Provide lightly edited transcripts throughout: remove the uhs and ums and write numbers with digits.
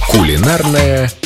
Кулинарная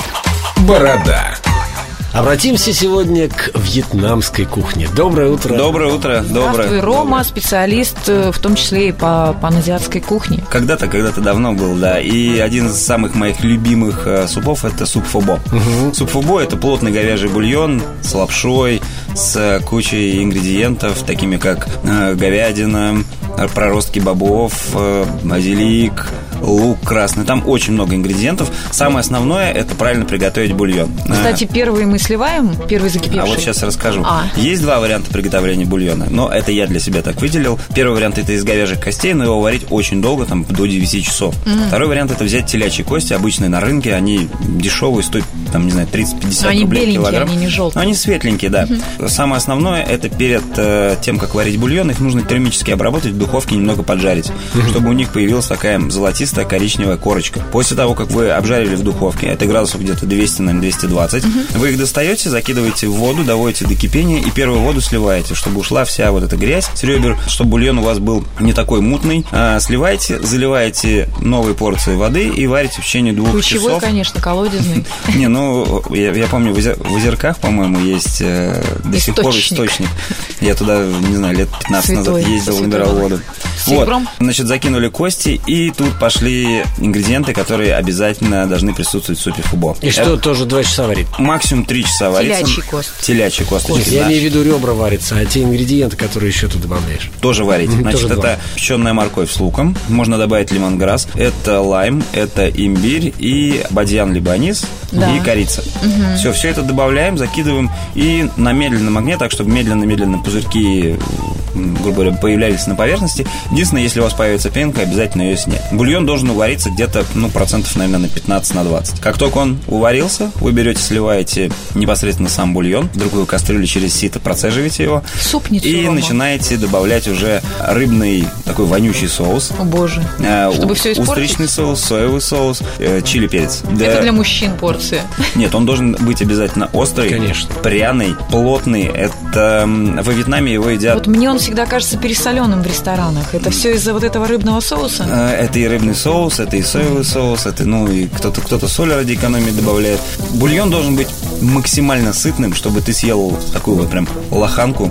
борода. Обратимся сегодня к вьетнамской кухне. Доброе утро. Доброе утро. Здравствуй, Рома, специалист, в том числе и по паназиатской кухне. Когда-то давно был, да. И один из самых моих любимых супов – это суп фобо. Суп фобо – это плотный говяжий бульон с лапшой, с кучей ингредиентов, такими как говядина, проростки бобов, базилик, лук красный. Там очень много ингредиентов. Самое основное – это правильно приготовить бульон. Кстати, первый мы сливаем, первый закипевший. А вот сейчас расскажу. Есть два варианта приготовления бульона, но это я для себя так выделил. Первый вариант – это из говяжьих костей, но его варить очень долго, там до 9 часов. Второй вариант – это взять телячьи кости, обычные на рынке, они дешевые, стоят, там, не знаю, 30-50 рублей килограмм. Они не желтые. Они светленькие, да. Самое основное – это перед тем, как варить бульон, их нужно термически обработать, в духовке немного поджарить, чтобы у них появилась такая золотистая коричневая корочка. После того, как вы обжарили в духовке, это градусов где-то 200, наверное, 220, вы их достаете, закидываете в воду, доводите до кипения и первую воду сливаете, чтобы ушла вся вот эта грязь с ребер, чтобы бульон у вас был не такой мутный. Сливаете, заливаете новые порции воды и варите в течение 2 часов. Ключевой, конечно, колодезный. Не, ну, я помню, в Озерках, по-моему, есть до сих пор источник. Я туда, не знаю, лет 15 назад ездил, набирал воду. Вот, значит, закинули кости, и тут пошли ингредиенты, которые обязательно должны присутствовать в супе фобо. И что, тоже 2 часа варить? Максимум 3 часа варится. Телячьи косточки. Я имею в виду ребра варятся, а те ингредиенты, которые еще ты добавляешь? Тоже варить. Значит, это печеная морковь с луком, можно добавить лимонграсс, это лайм, это имбирь и бадьян либо анис, и корица. Все это добавляем, закидываем и на медленном огне, так, чтобы медленно-медленно пузырьки, грубо говоря, появлялись на поверхности. Единственное, если у вас появится пенка, обязательно ее снять. Бульон должен увариться где-то, процентов, наверное, на 15-20. Как только он уварился, вы берете, сливаете непосредственно сам бульон в другую кастрюлю, через сито процеживаете его. Супницу, и Рома. Начинаете добавлять уже рыбный такой вонючий соус. О, боже. Чтобы все испортить? Устричный соус, соевый соус, чили перец. Это для мужчин порция. Нет, он должен быть обязательно острый, конечно, пряный, плотный. Это во Вьетнаме его едят. Вот мне он всегда кажется пересоленным в ресторанах. Это все из-за вот этого рыбного соуса? Это и рыбный соус, это и соевый соус, это, и кто-то соль ради экономии добавляет. Бульон должен быть максимально сытным, чтобы ты съел такую вот прям лоханку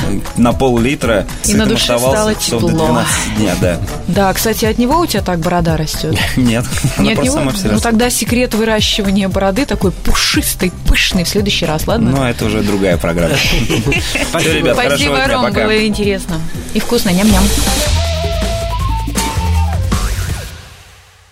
на пол-литра. И на душе стало тепло. До 12 дня, да. Да, кстати, от него у тебя так борода растет? Нет, она просто сама все растет. Ну тогда секрет выращивания бороды такой пушистой, пышной в следующий раз, ладно? Ну, это уже другая программа. Спасибо, Ром, было интересно и вкусно. Ням-ням.